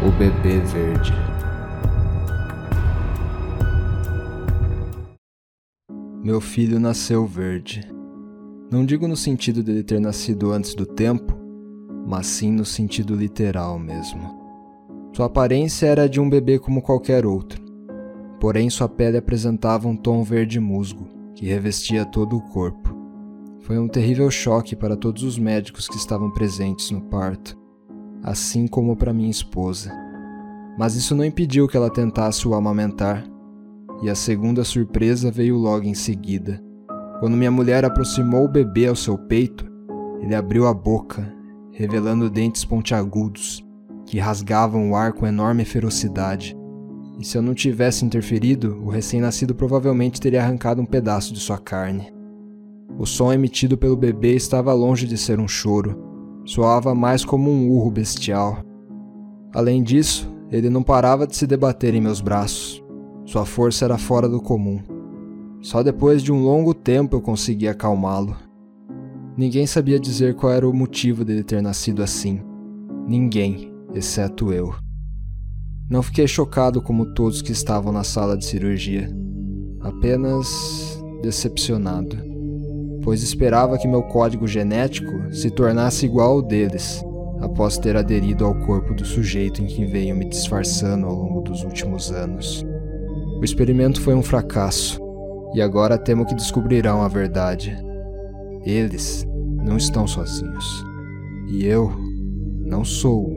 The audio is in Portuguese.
O bebê verde. Meu filho nasceu verde. Não digo no sentido dele ter nascido antes do tempo, mas sim no sentido literal mesmo. Sua aparência era de um bebê como qualquer outro, porém sua pele apresentava um tom verde musgo, que revestia todo o corpo. Foi um terrível choque para todos os médicos que estavam presentes no parto, assim como para minha esposa. Mas isso não impediu que ela tentasse o amamentar, e a segunda surpresa veio logo em seguida. Quando minha mulher aproximou o bebê ao seu peito, ele abriu a boca, revelando dentes pontiagudos, que rasgavam o ar com enorme ferocidade. E se eu não tivesse interferido, o recém-nascido provavelmente teria arrancado um pedaço de sua carne. O som emitido pelo bebê estava longe de ser um choro, soava mais como um urro bestial. Além disso, ele não parava de se debater em meus braços. Sua força era fora do comum. Só depois de um longo tempo eu consegui acalmá-lo. Ninguém sabia dizer qual era o motivo dele ter nascido assim. Ninguém, exceto eu. Não fiquei chocado como todos que estavam na sala de cirurgia. Apenas decepcionado, pois esperava que meu código genético se tornasse igual ao deles, após ter aderido ao corpo do sujeito em que venho me disfarçando ao longo dos últimos anos. O experimento foi um fracasso, e agora temo que descobrirão a verdade. Eles não estão sozinhos, e eu não sou o